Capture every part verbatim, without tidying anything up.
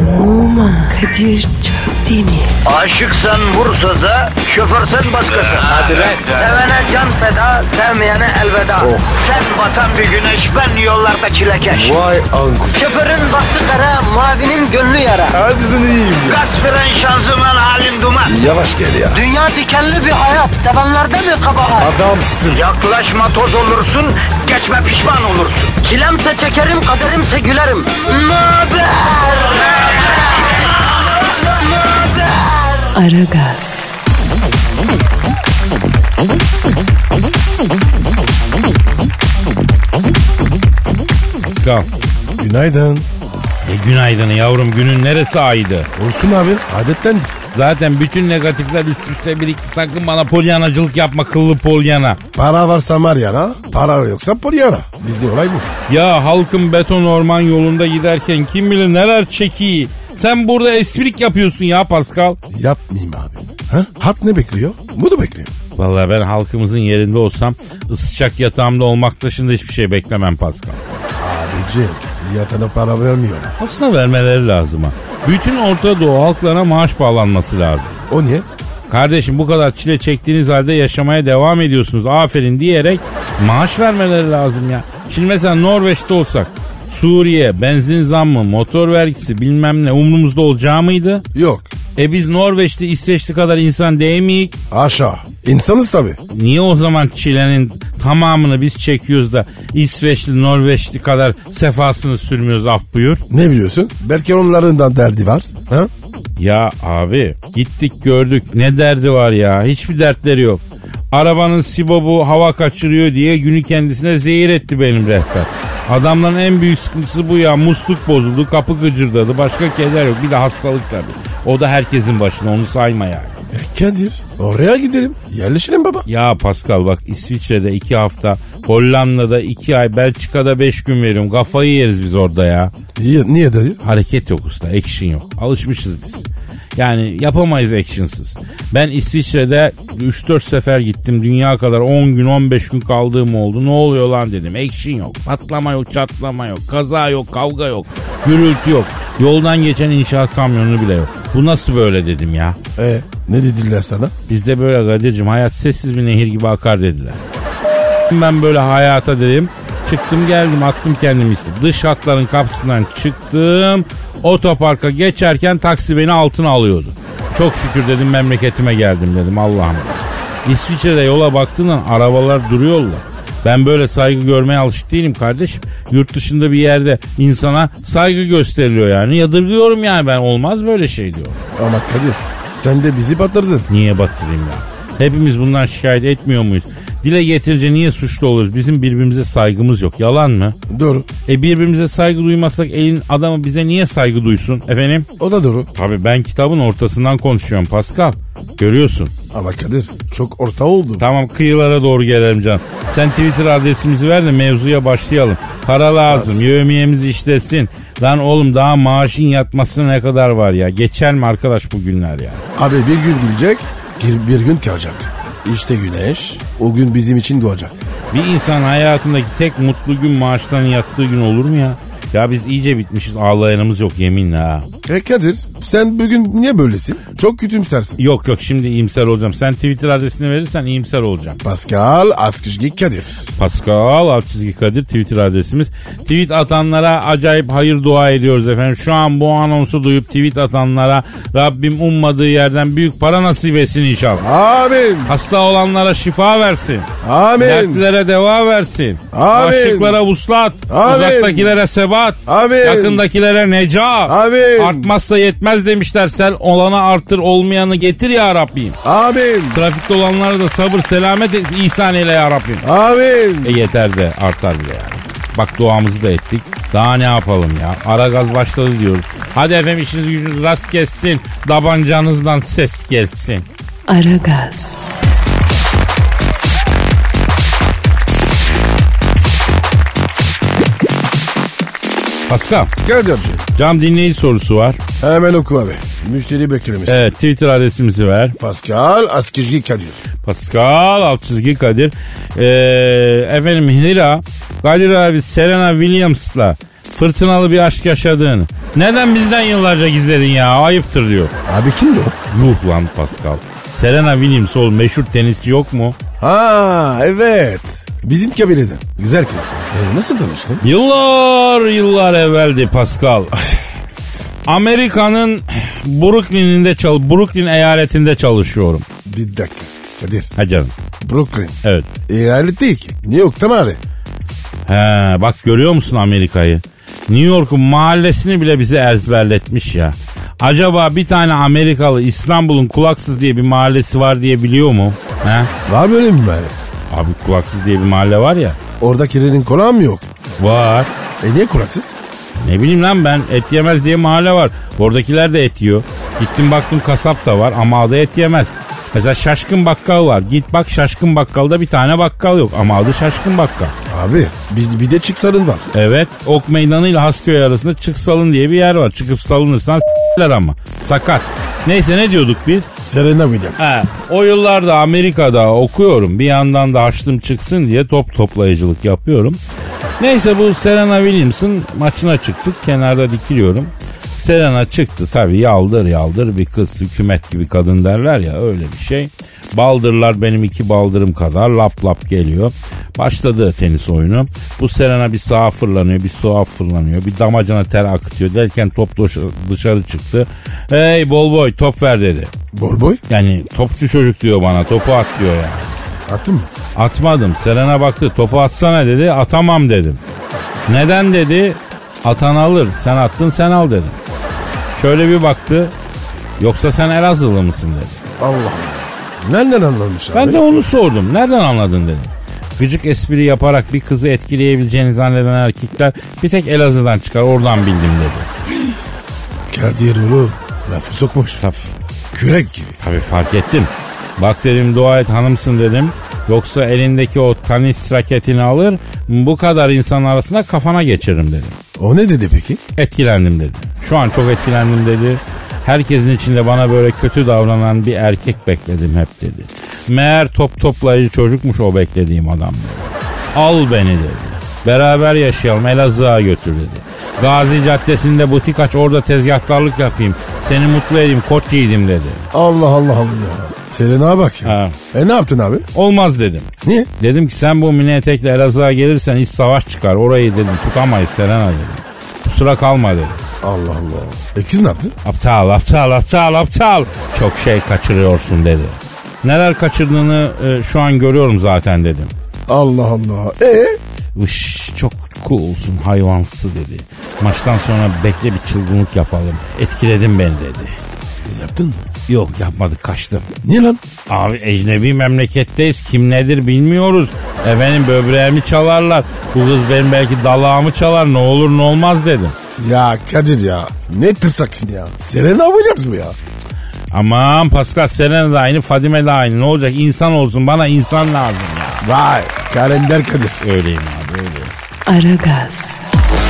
Numan Kadir Çöpdemir. Aşıksan vursa da, şoförsen başkasın. Hadi lan. Sevene can feda, sevmeyene elveda. Oh. Sen batan bir güneş, ben yollarda çilekeş. Vay anku. Şoförün baktı kara, mavinin gönlü yara. Hadi sen iyiyim ya. Kasperen şanzıman halin duman. Yavaş gel ya. Dünya dikenli bir hayat, sevenlerde mi kabahar? Adamsın. Yaklaşma toz olursun, geçme pişman olursun. Çilemse çekerim, kaderimse gülerim. Möber! Aragaz. Pascal. Günaydın. E günaydın yavrum, günün neresi aydı? Olsun abi, adettendir. Zaten bütün negatifler üst üste birikti. Sakın bana polyanacılık yapma, kıllı polyana. Para varsa Mariana, para yoksa Polyana. Bizde olay bu. Ya halkın beton orman yolunda giderken kim bilir neler çekiyi. Sen burada esprik yapıyorsun ya Pascal. Yapmayayım abi. Ha? Hat ne bekliyor? Bu da bekliyor. Vallahi ben halkımızın yerinde olsam ısıtacak yatağımda olmak dışında hiçbir şey beklemem Pascal. Abicim, yatana para vermiyor. Aslında vermeleri lazım ha. Bütün Orta Doğu halklarına maaş bağlanması lazım. O niye? Kardeşim bu kadar çile çektiğiniz halde yaşamaya devam ediyorsunuz. Aferin diyerek maaş vermeleri lazım ya. Şimdi mesela Norveç'te olsak Suriye, benzin zammı, motor vergisi bilmem ne umrumuzda olacağı mıydı? Yok. E biz Norveç'te İsveç'te kadar insan değil miyiz? Aşağı. İnsanız tabii. Niye o zaman çilenin tamamını biz çekiyoruz da İsveçli, Norveçli kadar sefasını sürmüyoruz, af buyur? Ne biliyorsun? Belki onların da derdi var. Ha? Ya abi gittik gördük, ne derdi var ya, hiçbir dertleri yok. Arabanın sibobu hava kaçırıyor diye günü kendisine zehir etti benim rehber. Adamların en büyük sıkıntısı bu ya, musluk bozuldu, kapı gıcırdadı, başka keder yok, bir de hastalık tabii. O da herkesin başına, onu sayma yani. E Kadir, oraya gidelim, yerleşelim baba. Ya Pascal bak, İsviçre'de iki hafta, Hollanda'da iki ay, Belçika'da beş gün veriyorum. Kafayı yeriz biz orada ya. Niye, niye dayı? Hareket yok usta, action yok. Alışmışız biz. Yani yapamayız actionsız. Ben İsviçre'de üç dört sefer gittim. Dünya kadar on gün on beş gün kaldığım oldu. Ne oluyor lan dedim. Action yok. Patlama yok, çatlama yok. Kaza yok, kavga yok. Gürültü yok. Yoldan geçen inşaat kamyonu bile yok. Bu nasıl böyle dedim ya. E ne dediler sana? Bizde böyle Kadir'cim, hayat sessiz bir nehir gibi akar dediler. Ben böyle hayata dedim. Çıktım geldim, attım kendimi istedim. Dış hatların kapısından çıktım. Otoparka geçerken taksi beni altına alıyordu. Çok şükür dedim, memleketime geldim dedim, Allah'ım. İsviçre'de yola baktığından arabalar duruyorlar. Ben böyle saygı görmeye alışık değilim kardeşim. Yurt dışında bir yerde insana saygı gösteriliyor yani. Yadırgıyorum yani ben, olmaz böyle şey diyor. Ama Kadir, sen de bizi batırdın. Niye batırayım ya? Hepimiz bundan şikayet etmiyor muyuz? Dile getirince niye suçlu oluruz? Bizim birbirimize saygımız yok. Yalan mı? Doğru. E birbirimize saygı duymazsak elin adamı bize niye saygı duysun efendim? O da doğru. Tabii ben kitabın ortasından konuşuyorum Pascal. Görüyorsun. Ama Kadir, çok orta oldu. Tamam, kıyılara doğru gelelim canım. Sen Twitter adresimizi ver de mevzuya başlayalım. Para lazım. Nasıl? Yevmiyemiz işlesin. Lan oğlum, daha maaşın yatmasına ne kadar var ya? Geçer mi arkadaş bu günler ya? Abi bir gün gelecek, bir gün kalacak. İşte güneş o gün bizim için doğacak. Bir insan hayatındaki tek mutlu gün maaşların yattığı gün olur mu ya? Ya biz iyice bitmişiz, ağlayanımız yok yeminle ha. E Kadir, sen bugün niye böylesin? Çok kötümsersin. Yok yok, şimdi iyimser olacağım. Sen Twitter adresini verirsen iyimser olacağım. Pascal Askışgi Kadir. Pascal Askışgi Kadir Twitter adresimiz. Tweet atanlara acayip hayır dua ediyoruz efendim. Şu an bu anonsu duyup tweet atanlara Rabbim ummadığı yerden büyük para nasip etsin inşallah. Amin. Hasta olanlara şifa versin. Amin. Dertlilere deva versin. Amin. Aşıklara vuslat. Amin. Uzaktakilere sebat. Amin. Yakındakilere necat. Amin. Artmazsa yetmez demişler. Sen olanı artır, olmayanı getir ya Rabbim. Amin. Trafikte olanlara da sabır selamet ihsan eyle ya Rabbim. Amin. E yeter de artar bile yani. Bak duamızı da ettik. Daha ne yapalım ya? Aragaz başladı diyoruz. Hadi efendim, işiniz gücünüz rast gelsin. Tabancanızdan ses gelsin. Aragaz. Pascal. Kadir'cim. Cam dinleyici sorusu var. Hemen oku abi. Müşteri beklemiş. Evet, Twitter adresimizi ver. Pascal Askışgi Kadir. Pascal alt çizgi Kadir. Ee, efendim Hira, Kadir abi Serena Williams'la fırtınalı bir aşk yaşadığını, Neden bizden yıllarca gizledin ya? Ayıptır diyor. Abi kimdi o? Yuh lan Pascal. Serena Williams oğlum, meşhur tenisçi yok mu? Ha evet. Bizim kabileden. Güzel kız. E, nasıl tanıştın? Yıllar yıllar evveldi Pascal. Amerika'nın Brooklyn'inde çal Brooklyn eyaletinde çalışıyorum. Bir dakika. Kadir. Ha canım. Brooklyn. Evet. Eyalet değil ki. New York'ta mı abi? He, bak görüyor musun Amerika'yı? New York'un mahallesini bile bize ezberletmiş ya. Acaba bir tane Amerikalı İstanbul'un Kulaksız diye bir mahallesi var diye biliyor mu? He? Var böyle mi bari? Abi Kulaksız diye bir mahalle var ya. Oradakilerin kulağı mı yok? Var. E niye kulaksız? Ne bileyim lan ben, et yemez diye mahalle var. Oradakiler de et yiyor. Gittim baktım kasap da var ama adı et yemez. Mesela Şaşkın Bakkal var. Git bak Şaşkın Bakkal'da bir tane bakkal yok ama adı Şaşkın Bakkal. Abi bir, bir de Çıksal'ın var. Evet, Ok Meydanı ile Hasköy arasında Çıksal'ın diye bir yer var. Çıkıp salınırsan s**ler ama. Sakat. Neyse ne diyorduk biz? Serena Williams. He, o yıllarda Amerika'da okuyorum. Bir yandan da harçlığım çıksın diye top toplayıcılık yapıyorum. Neyse bu Serena Williams'ın maçına çıktık. Kenarda dikiliyorum. Serena çıktı tabii, yaldır yaldır bir kız, hükümet gibi kadın derler ya, öyle bir şey. Baldırlar benim iki baldırım kadar lap lap geliyor. Başladı tenis oyunu. Bu Serena bir sağa fırlanıyor, bir sola fırlanıyor, bir damacana ter akıtıyor derken top dışarı çıktı. Hey bol boy top ver dedi. Bol boy? Yani topçu çocuk diyor bana, topu at diyor yani. Attın mı? Atmadım. Serena baktı, topu atsana dedi, atamam dedim. Neden dedi, atan alır, sen attın sen al dedim. Şöyle bir baktı, yoksa sen Elazığlı mısın dedi. Allah Allah. Nereden anlamış abi? Ben de onu sordum. Nereden anladın dedim. Gıcık espri yaparak bir kızı etkileyebileceğini zanneden erkekler bir tek Elazığ'dan çıkar, oradan bildim dedi. Kadir oğlum lafı sokmuş. Tabii. Kürek gibi. Tabii fark ettim. Bak dedim, dua et hanımsın dedim. Yoksa elindeki o tenis raketini alır, bu kadar insan arasında kafana geçiririm dedim. O ne dedi peki? Etkilendim dedi. Şu an çok etkilendim dedi. Herkesin içinde bana böyle kötü davranan bir erkek bekledim hep dedi. Meğer top toplayıcı çocukmuş o beklediğim adam dedi. Al beni dedi. Beraber yaşayalım, Elazığ'a götür dedi. Gazi Caddesi'nde butik aç, orada tezgahtarlık yapayım. Seni mutlu edeyim, koç yiğidim dedi. Allah Allah Allah ya. Selena'ya bak ya. Ha. E ne yaptın abi? Olmaz dedim. Niye? Dedim ki sen bu mini etekle Elazığ'a gelirsen iç savaş çıkar. Orayı dedim tutamayız Selena dedim. Kusura kalma dedim. Allah Allah. E kız ne yaptı? Aptal aptal aptal aptal. Çok şey kaçırıyorsun dedi. Neler kaçırdığını e, şu an görüyorum zaten dedim. Allah Allah. E Vış, çok coolsun hayvansı dedi. Maçtan sonra bekle bir çılgınlık yapalım. Etkiledin beni dedi. Yaptın mı? Yok yapmadık, kaçtım. Niye lan? Abi ecnebi memleketteyiz, kim nedir bilmiyoruz. Efendim böbreğimi çalarlar. Bu kız benim belki dalağımı çalar, ne olur ne olmaz dedim. Ya Kadir ya. Ne tırsaksın ya. Serena Williams bu ya. Aman Pascal, Serena da aynı, Fadime de aynı. Ne olacak, insan olsun, bana insan lazım ya. Vay kalender Kadir. Öyleyim abi öyleyim. Aragaz.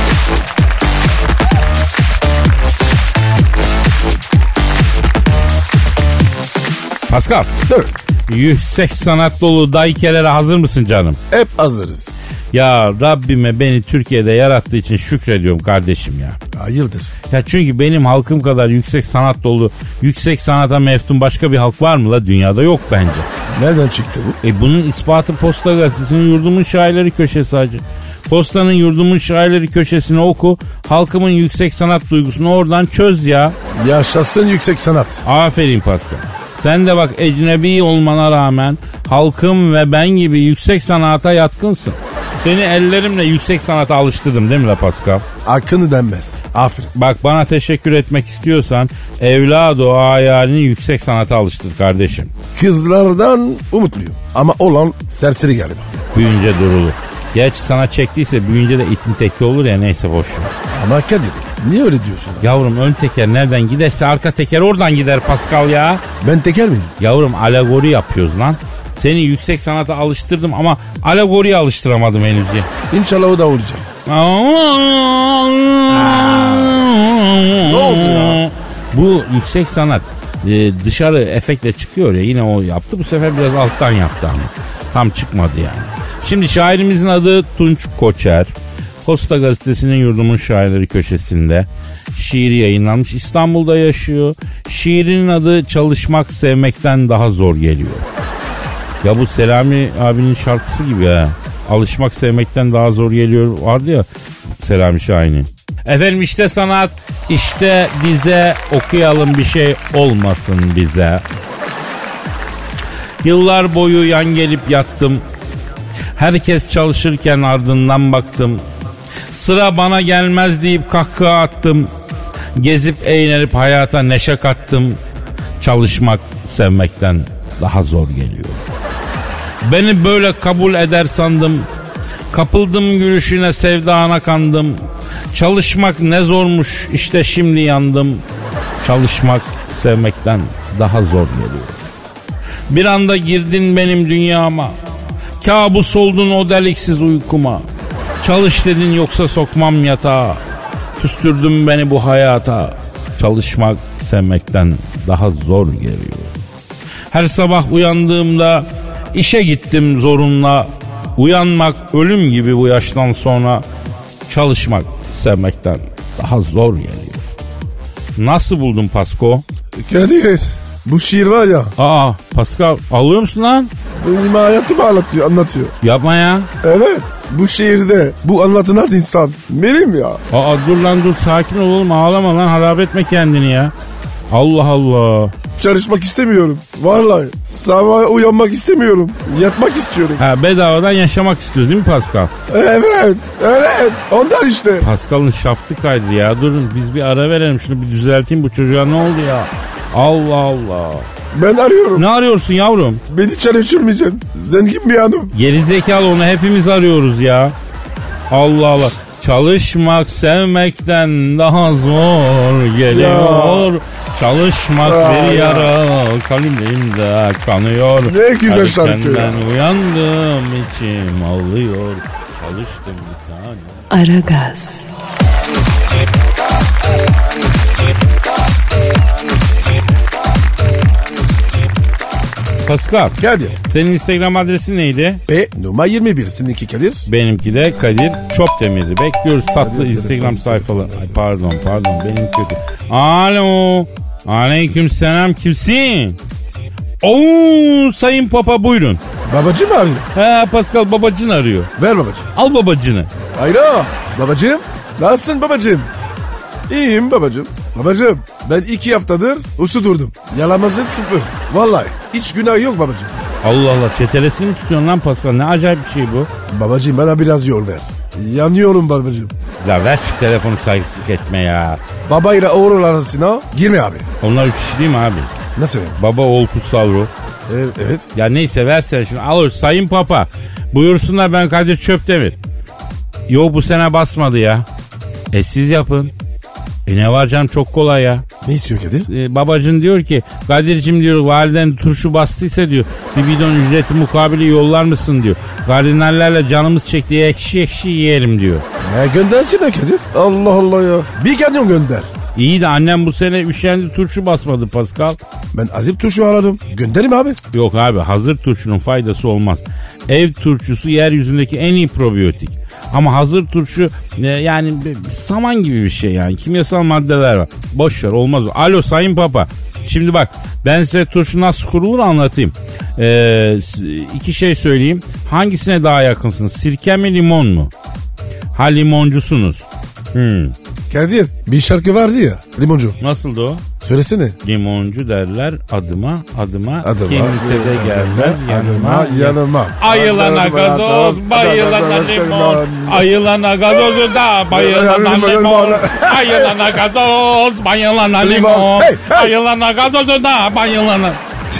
Pascal, Sir. yüksek sanat dolu daykelere hazır mısın canım? Hep hazırız. Ya Rabbime beni Türkiye'de yarattığı için şükrediyorum kardeşim ya. Hayırdır? Ya çünkü benim halkım kadar yüksek sanat dolu, yüksek sanata meftun başka bir halk var mı la? Dünyada yok bence. Nereden çıktı bu? E bunun ispatı Posta Gazetesi'nin Yurdumun Şairleri köşesi hacı. Posta'nın Yurdumun Şairleri köşesini oku, halkımın yüksek sanat duygusunu oradan çöz ya. Yaşasın yüksek sanat. Aferin Pascal. Sen de bak ecnebi olmana rağmen halkım ve ben gibi yüksek sanata yatkınsın. Seni ellerimle yüksek sanata alıştırdım değil mi la Pascal? Hakkını denmez. Aferin. Bak bana teşekkür etmek istiyorsan evladı o hayalini yüksek sanata alıştır kardeşim. Kızlardan umutluyum. Ama olan serseri galiba. Büyünce durulur. Gerçi sana çektiyse büyünce de itin teki olur ya, neyse boş ver. Ama Kadir niye öyle diyorsun? Yavrum ön teker nereden giderse arka teker oradan gider Pascal ya. Ben teker miyim? Yavrum alegori yapıyoruz lan. Seni yüksek sanata alıştırdım ama alegoriye alıştıramadım henüz ya. İnşallah o da olacak. Ne oldu ya? Bu yüksek sanat e, dışarı efektle çıkıyor ya, yine o yaptı, bu sefer biraz alttan yaptı ama tam çıkmadı yani. Şimdi şairimizin adı Tunç Koçer. Posta Gazetesi'nin Yurdumun Şairleri köşesinde şiiri yayınlanmış. İstanbul'da yaşıyor. Şiirinin adı Çalışmak Sevmekten Daha Zor Geliyor. Ya bu Selami abinin şarkısı gibi ha. Alışmak sevmekten daha zor geliyor vardı ya Selami Şahin'in. Efendim işte sanat, işte dize, okuyalım bir şey olmasın bize. Yıllar boyu yan gelip yattım. Herkes çalışırken ardından baktım. Sıra bana gelmez deyip kahkaha attım. Gezip eğlenip hayata neşe kattım. Çalışmak sevmekten daha zor geliyor. Beni böyle kabul eder sandım. Kapıldım gülüşüne, sevdana kandım. Çalışmak ne zormuş, işte şimdi yandım. Çalışmak sevmekten daha zor geliyor. Bir anda girdin benim dünyama. Kabus oldun o deliksiz uykuma. Çalış dedin yoksa sokmam yatağa. Küstürdün beni bu hayata. Çalışmak sevmekten daha zor geliyor. Her sabah uyandığımda işe gittim zorunla. Uyanmak ölüm gibi bu yaştan sonra. Çalışmak sevmekten daha zor geliyor. Nasıl buldun Pasko? Kadir, bu şiir var ya. Aa Pascal, alıyor musun lan? Benim hayatımı anlatıyor, anlatıyor. Yapma ya. Evet, bu şiirde bu anlatılan insan benim ya. Aa dur lan dur, sakin ol oğlum, ağlama lan, harap etme kendini ya. Allah Allah. Çalışmak istemiyorum. Vallahi sabah uyanmak istemiyorum. Yatmak istiyorum. Ha, bedavadan yaşamak istiyoruz değil mi Pascal? Evet, evet. Ondan işte. Pascal'ın şaftı kaydı ya. Durun biz bir ara verelim, şunu bir düzelteyim, bu çocuğa ne oldu ya? Allah Allah. Ben arıyorum. Ne arıyorsun yavrum? Beni çalıştırmayacağım. Zengin bir hanım. Gerizekalı, onu hepimiz arıyoruz ya. Allah Allah. Çalışmak sevmekten daha zor geliyor. Ya. Çalışmak Aa, bir yara ya. Kalbimde kanıyor. Ne güzel şarkı ya. Uyandım içim ağlıyor. Çalıştım bir tane. Aragaz. Pascal. Kadir. Senin Instagram adresin neydi? E numara yirmi bir. Seninki Kadir? Benimki de Kadir Çopdemir'di. Bekliyoruz tatlı Kadir Instagram sayfaları. Ay pardon pardon benim kötü. Alo. Aleyküm selam, kimsin? Oo Sayın Papa buyurun. Babacı mı arıyor? He Pascal, babacın arıyor. Ver babacı. Al babacını. Hayro babacığım. Nasılsın babacığım? İyiyim babacığım. Babacığım ben iki haftadır usu durdum. Yalamazlık sıfır. Vallahi hiç günah yok babacığım. Allah Allah, çetelesini mi tutuyorsun lan Pascal? Ne acayip bir şey bu. Babacığım bana biraz yol ver. Yanıyorum babacığım. Ya ver şu telefonu, saygısızlık etme ya. Babayla oğul arasına girme abi. Onlar üç kişi değil mi abi? Nasıl yani? Baba oğul kutsal ruh. Evet. evet. Ya neyse versen şunu. Alır Sayın Papa. Buyursunlar, ben Kadir Çöpdemir. Yo bu sene basmadı ya. E siz yapın. E ne var canım, çok kolay ya. Ne istiyor Kadir? Ee, babacın diyor ki Kadir'cim diyor, validen turşu bastıysa diyor bir bidon ücreti mukabili yollar mısın diyor. Kardinallerle canımız çekti, ekşi ekşi yiyelim diyor. Ya göndersene Kadir. Allah Allah ya. Bir kamyon gönder. İyi de annem bu sene üşendi, turşu basmadı Pascal. Ben azip turşu aradım. Gönderim abi. Yok abi, hazır turşunun faydası olmaz. Ev turşusu yeryüzündeki en iyi probiyotik. Ama hazır turşu e, yani saman gibi bir şey yani. Kimyasal maddeler var. Boş ver, olmaz. Alo Sayın Papa. Şimdi bak, ben size turşu nasıl kurulur anlatayım. Ee, iki şey söyleyeyim. Hangisine daha yakınsınız? Sirke mi limon mu? Ha limoncusunuz. Hmm. Kadir bir şarkı vardı ya, limoncu. Nasıldı o? Söylesene. Limoncu derler adıma adıma, adıma kimse de gelmez yanıma, yanıma yanıma. Ayılana gazoz, bayılana limon, ayılana gazozu da bayılana limon, ayılana gazoz, bayılana limon, ayılana gazozu da bayılana.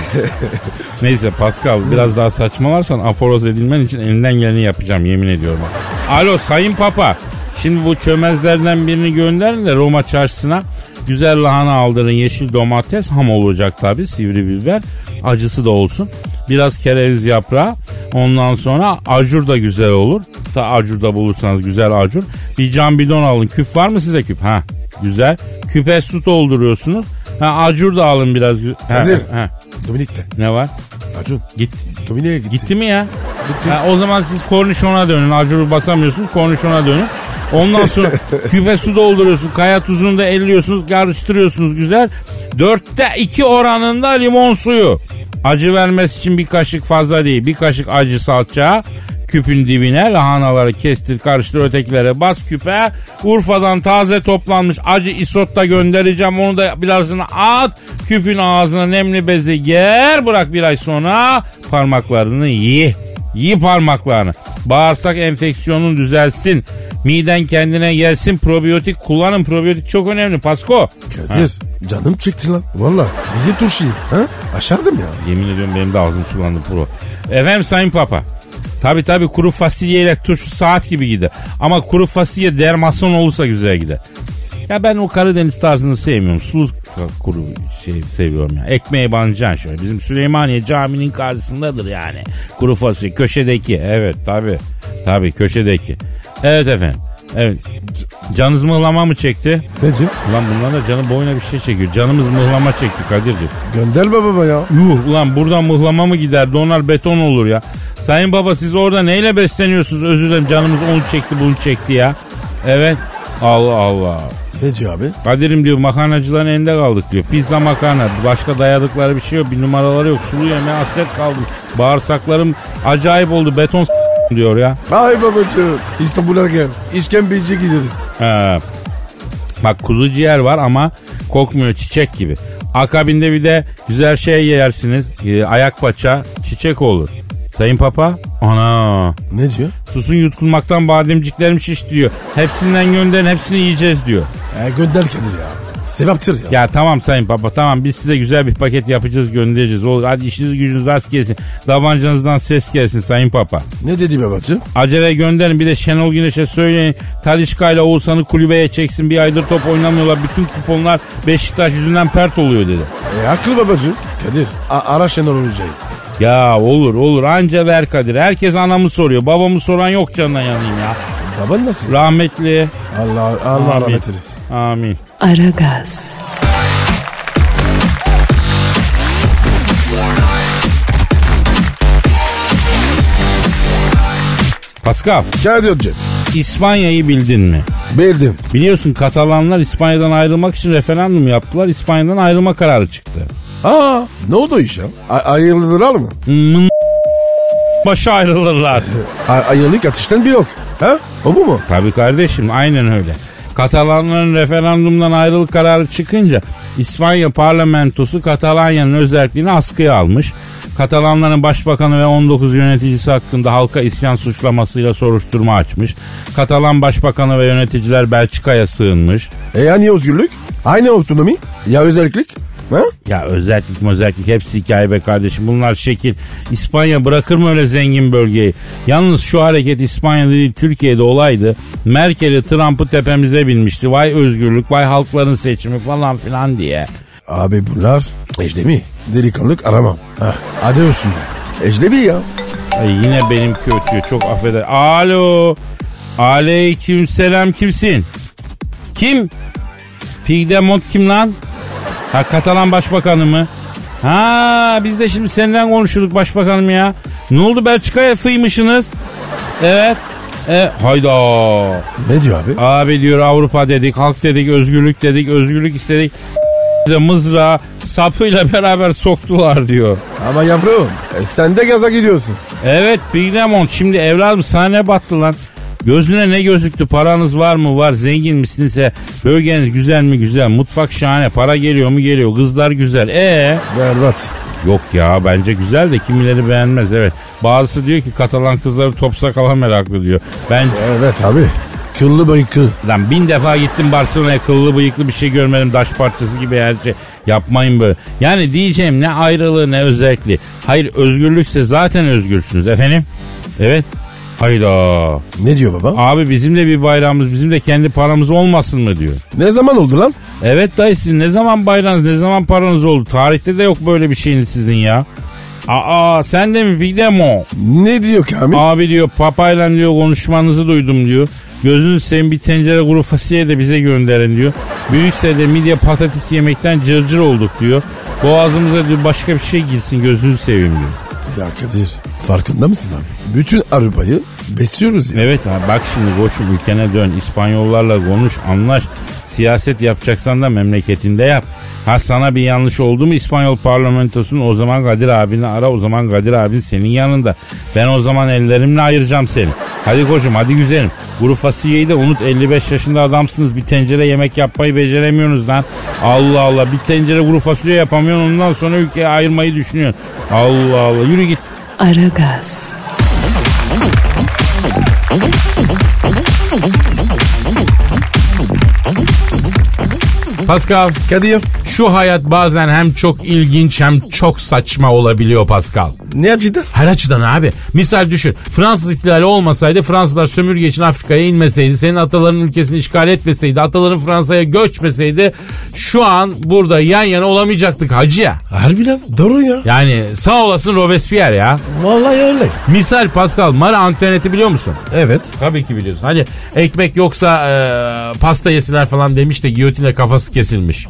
Neyse Pascal, biraz daha saçmalarsan aforoz edilmen için elinden geleni yapacağım, yemin ediyorum. Alo Sayın Papa. Şimdi bu çömezlerden birini gönderin de Roma çarşısına. Güzel lahana aldırın, yeşil domates, ham olacak tabi, sivri biber, acısı da olsun. Biraz kereviz yaprağı, ondan sonra acur da güzel olur. Ta acur da bulursanız güzel acur. Bir cam bidon alın, küp var mı size küp? Ha güzel. Küpe su dolduruyorsunuz. Ha acur da alın biraz. Ha, ha. Dominik'te. Ne var? Acun. Git. Dominik'e gitti. Gitti mi ya? Gitti. Ha, o zaman siz kornişona dönün. Acuru basamıyorsunuz, kornişona dönün. Ondan sonra küpe su dolduruyorsunuz. Kaya tuzunu da elliyorsunuz. Karıştırıyorsunuz güzel. Dörtte iki oranında limon suyu. Acı vermesi için bir kaşık fazla değil. Bir kaşık acı salça. Küpün dibine lahanaları kestir, karıştır, ötekilere bas küpe. Urfa'dan taze toplanmış acı isot da göndereceğim. Onu da birazını at. Küpün ağzına nemli bezi ger. Bırak bir ay sonra parmaklarını yi. Yi parmaklarını. Bağırsak enfeksiyonun düzelsin. Miden kendine gelsin. Probiyotik kullanın. Probiyotik çok önemli. Pasko. Kadir ha. Canım çekti lan. Valla bizi turşuyum. Ha? Aşardım ya. Yemin ediyorum benim de ağzım sulandı pro. Efendim Sayın Papa. Tabi tabi kuru fasulyeyle turşu saat gibi gider. Ama kuru fasulye dermason olursa güzel gider. Ya ben o Karadeniz tarzını sevmiyorum. Sulu kuru şey seviyorum ya. Ekmeğe banacaksın şöyle. Bizim Süleymaniye caminin karşısındadır yani. Kuru fasulye köşedeki. Evet tabi. Tabi köşedeki. Evet efendim. Evet. Canınız mıhlama mı çekti? Nece? Ulan bunlar da canı boyuna bir şey çekiyor. Canımız mıhlama çekti Kadir diyor. Gönderme baba ya. Yuh ulan buradan mıhlama mı gider? Donar beton olur ya. Sayın baba siz orada neyle besleniyorsunuz? Özür dilerim canımız onu çekti bunu çekti ya. Evet. Allah Allah. Ne diyor abi? Kadir'im diyor makarnacıların elinde kaldık diyor. Pizza makarna başka dayadıkları bir şey yok. Bir numaraları yok. Sulu yemeğe hasret kaldım. Bağırsaklarım acayip oldu. Beton s- diyor ya. Ay babacığım İstanbul'a gel. İşkembeci gideriz. Ee, bak kuzu ciğer var ama kokmuyor çiçek gibi. Akabinde bir de güzel şey yersiniz. Ee, ayak paça çiçek olur. Sayın Papa. Ana. Ne diyor? Susun yutkunmaktan bademciklerim şiş diyor. Hepsinden gönderin hepsini yiyeceğiz diyor. E gönder Kadir ya. Sevaptır ya. Ya tamam Sayın Papa tamam biz size güzel bir paket yapacağız göndereceğiz. Olur hadi işiniz gücünüz rast gelsin. Tabancanızdan ses gelsin Sayın Papa. Ne dedi babacığım? Acele gönderin bir de Şenol Güneş'e söyleyin. Talişka ile Oğuzhan'ı kulübeye çeksin. Bir aydır top oynamıyorlar. Bütün kuponlar Beşiktaş yüzünden pert oluyor dedi. E haklı babacığım. Kadir a- ara Şenol Hoca'yı. Ya olur olur anca ver Kadir. Herkes anamı soruyor. Babamı soran yok canına yanayım ya. Baban nasıl? Rahmetli. Allah Allah Amin. rahmet eylesin. Amin. Aragaz. Pascal, Kadir hocam. İspanya'yı bildin mi? Bildim. Biliyorsun Katalanlar İspanya'dan ayrılmak için referandum yaptılar. İspanya'dan ayrılma kararı çıktı. Aa ne oldu iş ya? A- ayrıldılar mı? Hmm, Başa ayrılırlar. A- ayrılık atıştan bir yok. Ha? O bu mu? Tabii kardeşim aynen öyle. Katalanların referandumdan ayrılık kararı çıkınca İspanya parlamentosu Katalanya'nın özelliğini askıya almış. Katalanların başbakanı ve on dokuz yöneticisi hakkında halka isyan suçlamasıyla soruşturma açmış. Katalan başbakanı ve yöneticiler Belçika'ya sığınmış. E yani özgürlük? Aynı otonomi? Ya özellik? Ha? Ya özellik özellik hepsi hikaye be kardeşim. Bunlar şekil. İspanya bırakır mı öyle zengin bölgeyi? Yalnız şu hareket İspanya'da değil Türkiye'de olaydı. Merkel'i Trump'ı tepemize binmişti. Vay özgürlük vay halkların seçimi falan filan diye. Abi bunlar ecnebi. Delikanlık aramam. Ha. Hadi olsun da. Ecnebi ya. Ay yine benim kötü çok affeder. Alo. Aleyküm selam kimsin? Kim? Pigdemont kim lan? Ha Katalan başbakanı mı? Ha biz de şimdi senden konuşuyorduk başbakanım ya. Ne oldu Belçika'ya fıymışsınız? Evet. E, hayda. Ne diyor abi? Abi diyor Avrupa dedik, halk dedik, özgürlük dedik, özgürlük istedik. Bize mızrağı sapıyla beraber soktular diyor. Ama yavrum e, sen de gaza gidiyorsun. Evet Pigdemont şimdi evladım sana ne battı lan? Gözüne ne gözüktü? Paranız var mı? Var. Zengin misinizse bölgeniz güzel mi? Güzel. Mutfak şahane. Para geliyor mu? Geliyor. Kızlar güzel. Ee? Berbat. Yok ya bence güzel de kimileri beğenmez evet. Bazısı diyor ki Katalan kızları top sakala meraklı diyor. Bence... Evet abi. Kıllı bıyıklı. Lan bin defa gittim Barcelona'ya kıllı bıyıklı bir şey görmedim. Daş parçası gibi her şey. Yapmayın böyle. Yani diyeceğim ne ayrılığı ne özelliği. Hayır özgürlükse zaten özgürsünüz efendim. Evet. Hayda. Ne diyor baba? Abi bizim de bir bayrağımız, bizim de kendi paramız olmasın mı diyor. Ne zaman oldu lan? Evet dayı sizin ne zaman bayrağınız, ne zaman paranız oldu? Tarihte de yok böyle bir şeyiniz sizin ya. Aa sen de mi Pigdemont? Ne diyor Kamil? Abi diyor papayla diyor konuşmanızı duydum diyor. Gözünüzü seveyim bir tencere kuru fasulye de bize gönderin diyor. Brüksel'de midye patates yemekten cırcır olduk diyor. Boğazımıza diyor başka bir şey girsin gözünüzü seveyim diyor. Ya Kadir Farkında mısın abi? Bütün Avrupa'yı besliyoruz ya. Evet abi bak şimdi koçum ülkene dön. İspanyollarla konuş, anlaş. Siyaset yapacaksan da memleketinde yap. Ha sana bir yanlış oldu mu İspanyol parlamentosunun, o zaman Kadir abini ara, o zaman Kadir abin senin yanında. Ben o zaman ellerimle ayıracağım seni. Hadi koçum hadi güzelim. Kuru fasulyeyi de unut, elli beş yaşında adamsınız, bir tencere yemek yapmayı beceremiyorsunuz lan. Allah Allah, bir tencere kuru fasulye yapamıyorsun, ondan sonra ülkeye ayırmayı düşünüyorsun. Allah Allah, yürü git. Aragaz. Pascal, Kadir. şu hayat bazen hem çok ilginç hem çok saçma olabiliyor Pascal. Ne açıdan? Her açıdan abi. Misal düşün. Fransız ihtilali olmasaydı, Fransızlar sömürge için Afrika'ya inmeseydi, senin ataların ülkesini işgal etmeseydi, ataların Fransa'ya göçmeseydi, şu an burada yan yana olamayacaktık hacı ya. Harbi lan, doğru ya. Yani sağ olasın Robespierre ya. Vallahi öyle. Misal Pascal, Marie Antoinette'i biliyor musun? Evet. Tabii ki biliyorsun. Hani ekmek yoksa e, pasta yesinler falan demiş de giyotinle kafası kesilmiş.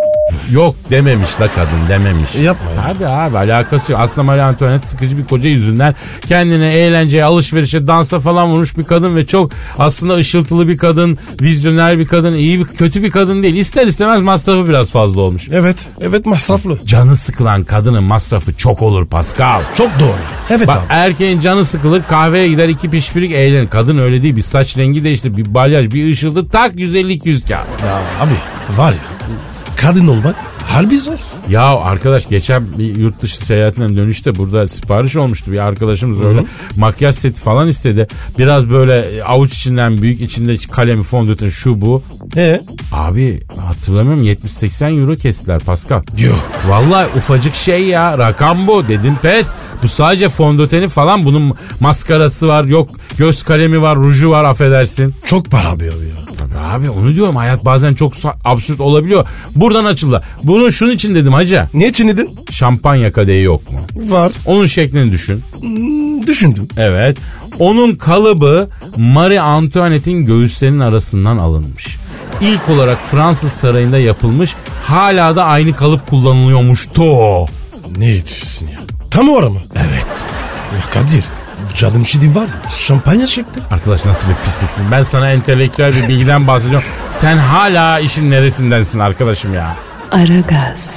Yok dememiş la kadın, dememiş. Yapma ya. Tabii abi, alakası yok. Aslında Marie Antoinette sıkıcı bir koca yüzünden kendine eğlenceye, alışverişe, dansa falan vurmuş bir kadın ve çok aslında ışıltılı bir kadın, vizyoner bir kadın, iyi bir, kötü bir kadın değil. İster istemez masrafı biraz fazla olmuş. Evet. Evet, masraflı. Canı sıkılan kadının masrafı çok olur Pascal. Çok doğru. Evet Bak abi. erkeğin canı sıkılır, kahveye gider, iki pişpirik eğlenir. Kadın öyle değil, bir saç rengi değiştir, bir balyaj, bir ışıldı, tak yüz elli iki yüz kağıt. Ya abi var ya, kadın olmak harbi zor. Ya arkadaş, geçen bir yurt dışı seyahatinden dönüşte burada sipariş olmuştu. Bir arkadaşımız öyle Hı-hı. makyaj seti falan istedi. Biraz böyle avuç içinden büyük, içinde kalemi, fondöten, şu bu. Ee? Abi hatırlamıyorum, yetmiş seksen euro kestiler Pascal. Yok. Vallahi ufacık şey ya, rakam bu, dedim pes. Bu sadece fondöteni falan, bunun maskarası var, yok göz kalemi var, ruju var, affedersin. Çok para abi ya. Tabii abi, onu diyorum, hayat bazen çok absürt olabiliyor. Buradan açıldı. Bunu şunun için dedim hacı. Ne için dedin? Şampanya kadehi yok mu? Var. Onun şeklini düşün. Hmm, düşündüm. Evet. Onun kalıbı Marie Antoinette'in göğüslerinin arasından alınmış. İlk olarak Fransız sarayında yapılmış. Hala da aynı kalıp kullanılıyormuştu. Ne diyorsun ya? Tam o ara mı? Evet. Ya Kadir, canım şimdi var ya, şampanya çekti. Arkadaş nasıl bir pisliksin. Ben sana entelektüel bir bilgiden bahsediyorum. Sen hala işin neresindensin arkadaşım ya? Aragaz.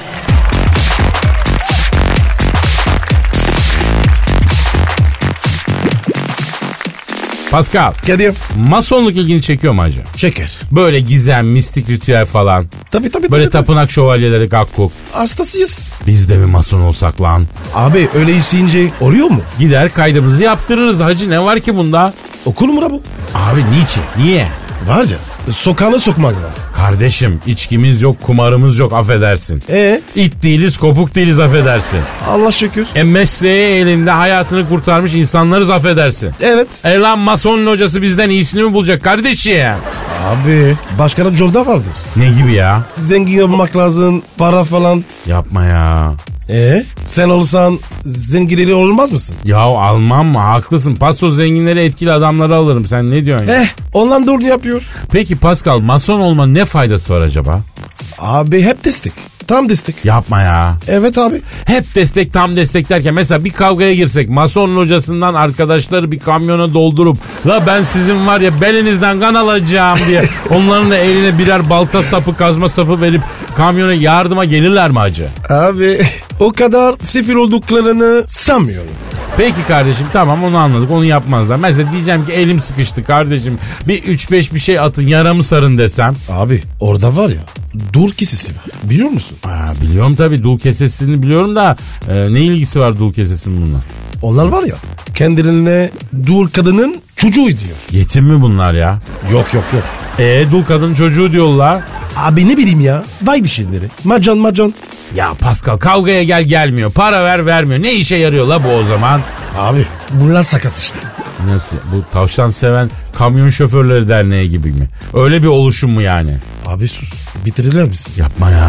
Pascal, Kadir. masonluk ilgini çekiyor mu hacı? Çeker. Böyle gizem, mistik ritüel falan. Tabii tabii. Böyle tabii, tabii. tapınak şövalyeleri, gakkuk. Hastasıyız. Biz de mi mason olsak lan? Abi öyle isteyince oluyor mu? Gider kaydımızı yaptırırız hacı, ne var ki bunda? Okul mu la bu? Abi niçin? Niye? Var ya, sokağına sokmazlar. Kardeşim içkimiz yok, kumarımız yok, affedersin. E İt değiliz, kopuk değiliz, affedersin. Allah şükür. E mesleği elinde hayatını kurtarmış insanlarız, affedersin. Evet. E lan masonun hocası bizden iyisini mi bulacak kardeşim? Abi başkanın yolda vardır. Ne gibi ya? Zengin olmak lazım, para falan. Yapma ya. E sen olsan zenginleri olmaz mısın? Ya almam mı? Haklısın. Paso zenginleri, etkili adamları alırım. Sen ne diyorsun ya? Eh ondan doğru yapıyor. Peki Pascal, mason olmanın ne faydası var acaba? Abi hep destek. Tam destek. Yapma ya. Evet abi. Hep destek, tam destek derken mesela bir kavgaya girsek, mason hocasından arkadaşları bir kamyona doldurup la ben sizin var ya belinizden kan alacağım diye onların da eline birer balta sapı, kazma sapı verip kamyona yardıma gelirler mi hacı? Abi o kadar sefil olduklarını sanmıyorum. Peki kardeşim, tamam onu anladık, onu yapmazlar. Mesela diyeceğim ki elim sıkıştı kardeşim, bir üç beş bir şey atın, yaramı sarın desem. Abi orada var ya, dul kesesi var. Biliyor musun? Aa, biliyorum tabii, dul kesesini biliyorum da e, ne ilgisi var dul kesesinin bununla? Onlar var ya, kendilerine dul kadının çocuğu diyor. Yetim mi bunlar ya? Yok yok yok. E dul kadın çocuğu diyorlar. Abi ne bileyim ya, vay bir şeyleri. Macan macan. Ya Pascal, kavgaya gel gelmiyor, para ver vermiyor, ne işe yarıyor la bu o zaman? Abi bunlar sakat işler. Nasıl, bu tavşan seven kamyon şoförleri derneği gibi mi? Öyle bir oluşum mu yani? Abi sus, bitirirler bizi. Yapma ya.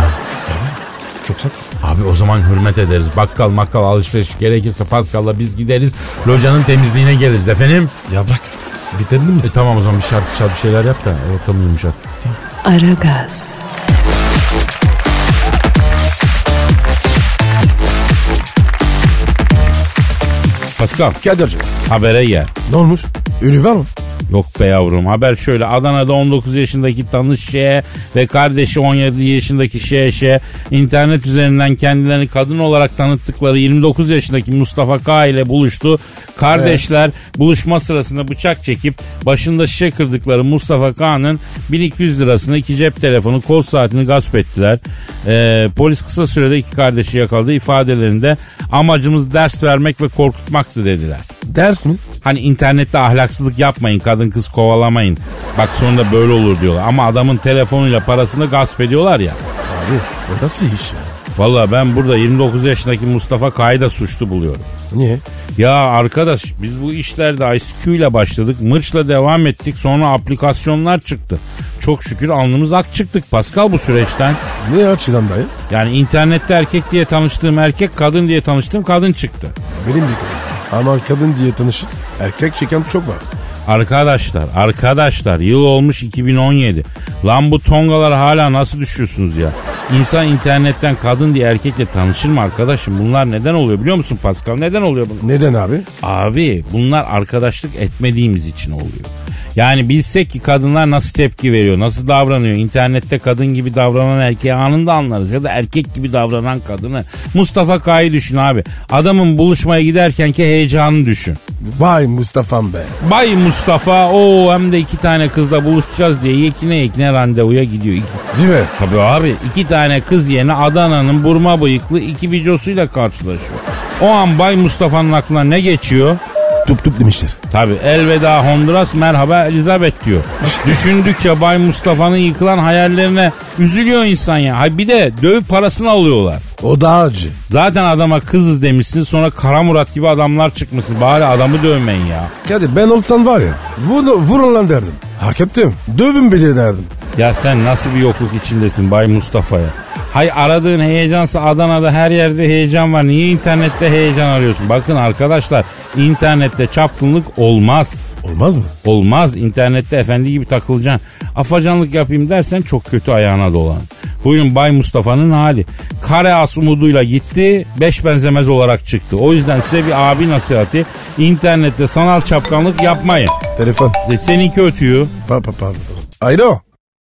Çok sakat. Abi o zaman hürmet ederiz. Bakkal makkal alışveriş gerekirse Pascal'la biz gideriz. Locanın temizliğine geliriz efendim. Ya bak, bitirdin mi? E tamam o zaman bir şarkı çal, bir şeyler yap da ortamı yumuşat. Aragaz. Pascal, Kadir'cim. habere gel. Ne olmuş? Ünlü var mı? Yok be yavrum, haber şöyle: Adana'da on dokuz yaşındaki tanış Şe ve kardeşi on yedi yaşındaki Şe Şe internet üzerinden kendilerini kadın olarak tanıttıkları yirmi dokuz yaşındaki Mustafa K ile buluştu. Kardeşler evet. buluşma sırasında bıçak çekip başında şişe kırdıkları Mustafa K'nın bin iki yüz lirasını, iki cep telefonu, kol saatini gasp ettiler. Ee, polis kısa sürede iki kardeşi yakaladı. İfadelerinde amacımız ders vermek ve korkutmaktı dediler. Ders mi? Hani internette ahlaksızlık yapmayın, kadın kız kovalamayın, bak sonunda böyle olur diyorlar. Ama adamın telefonuyla parasını gasp ediyorlar ya. Abi o nasıl iş ya? Vallahi ben burada yirmi dokuz yaşındaki Mustafa K'yı da suçlu buluyorum. Niye? Ya arkadaş, biz bu işlerde I C Q ile başladık, mırçla devam ettik, sonra aplikasyonlar çıktı. Çok şükür alnımız ak çıktık Pascal bu süreçten. Ne açıdan dayı? Yani internette erkek diye tanıştığım erkek, kadın diye tanıştığım kadın çıktı. Benim bir kadın. Ama kadın diye tanışın erkek çeken çok var. Arkadaşlar, arkadaşlar yıl olmuş iki bin on yedi. Lan bu tongalar hala nasıl düşüyorsunuz ya? İnsan internetten kadın diye erkekle tanışır mı arkadaşım? Bunlar neden oluyor biliyor musun Pascal? Neden oluyor bunlar? Neden abi? Abi bunlar arkadaşlık etmediğimiz için oluyor. Yani bilsek ki kadınlar nasıl tepki veriyor, nasıl davranıyor. İnternette kadın gibi davranan erkeği anında anlarız. Ya da erkek gibi davranan kadını. Mustafa K'yı düşün abi. Adamın buluşmaya giderkenki heyecanını düşün. Vay Mustafa'm be. Bay Mustafa o hem de iki tane kızla buluşacağız diye yekine yekine randevuya gidiyor. İki... Değil mi? Tabii abi, iki tane kız yerine Adana'nın burma bıyıklı iki bicosuyla karşılaşıyor. O an Bay Mustafa'nın aklına ne geçiyor? Tup tup demiştir. Tabii elveda Honduras, merhaba Elizabeth diyor. Düşündükçe Bay Mustafa'nın yıkılan hayallerine üzülüyor insan ya. Hay bir de dövüp parasını alıyorlar. O daha acı. Zaten adama kızız demişsiniz, sonra Kara Murat gibi adamlar çıkmışsın. Bari adamı dövmeyin ya. Kadir ben olsan var ya vur, vurun lan derdim. Hak ettim. Dövün bile derdim. Ya sen nasıl bir yokluk içindesin Bay Mustafa'ya? Hay aradığın heyecansa Adana'da her yerde heyecan var. Niye internette heyecan arıyorsun? Bakın arkadaşlar, internette çapkınlık olmaz. Olmaz mı? Olmaz. İnternette efendi gibi takılacaksın. Afacanlık yapayım dersen çok kötü ayağına dolan. Buyurun Bay Mustafa'nın hali. Kare as umuduyla gitti, beş benzemez olarak çıktı. O yüzden size bir abi nasihati: internette sanal çapkınlık yapmayın. Telefon. De seninki ötüyor. Pa, pa, pa. Alo.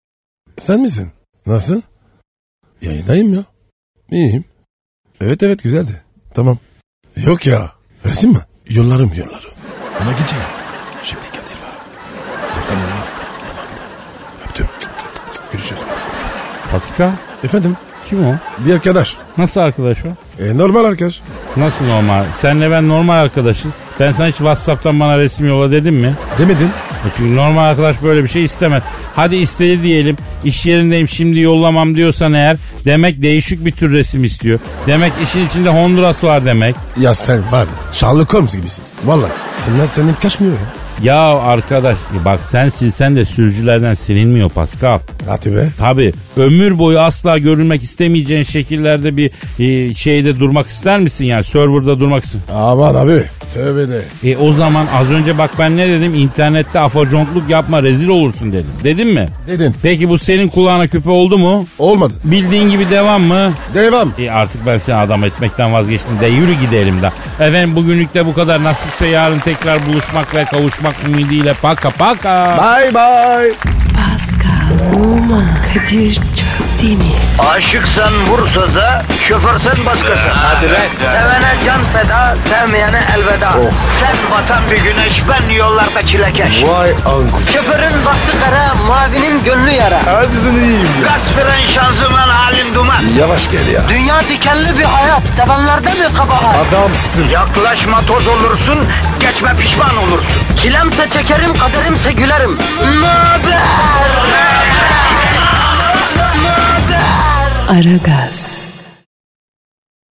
Sen misin? Nasıl? Yayındayım ya. İyiyim. Evet evet güzeldi. Tamam. Yok ya. Resim mi? Yollarım yollarım. Ona gideceğim. Şimdi Kadir var. Buradan olmaz. Tamam tamam. Öptüm. Görüşürüz. Pascal. Efendim? Kim o? Bir arkadaş. Nasıl arkadaş o? E, normal arkadaş. Nasıl normal? Senle ben normal arkadaşız. Ben sana hiç WhatsApp'tan bana resim yolla dedim mi? Demedin. E çünkü normal arkadaş böyle bir şey istemez. Hadi istedi diyelim. İş yerindeyim şimdi yollamam diyorsan eğer, demek değişik bir tür resim istiyor. Demek işin içinde Honduras var demek. Ya sen var ya, Sherlock Holmes gibisin. Vallahi senden senin kaçmıyor ya. Ya arkadaş bak, sen silsen de sürücülerden silinmiyor Pascal. Hadi be. Tabii ömür boyu asla görülmek istemeyeceğin şekillerde bir e, şeyde durmak ister misin yani, serverda durmak ister. Aman abi tövbe de. E o zaman az önce bak ben ne dedim, internette afaconkluk yapma rezil olursun dedim. Dedim mi? Dedin. Peki bu senin kulağına küpe oldu mu? Olmadı. Bildiğin gibi devam mı? Devam. E artık ben seni adam etmekten vazgeçtim de yürü gidelim de. Efendim bugünlük de bu kadar, nasipse yarın tekrar buluşmak ve kavuşmak ümidiyle paka paka. Bye bye. Pascal, Oman, Kadir çok değil mi? Aşıksan vursa da, şoförsen başkasın. Hadi lan. Sevene can feda, sevmeyene elveda. Sen batan bir güneş, ben yollarda çilekeş. Vay anku. Şoförün baktı kara, mavinin gönlü yara. Hadi sen iyiyim ya. Kasperen şanzıman halin duman. Yavaş gel ya. Dünya dikenli bir hayat, sevenlerde mi kabahar? Adamsın. Yaklaşma toz olursun, geçme pişman olursun. Çilemse çekerim, kaderimse gülerim. Möber! Aragaz.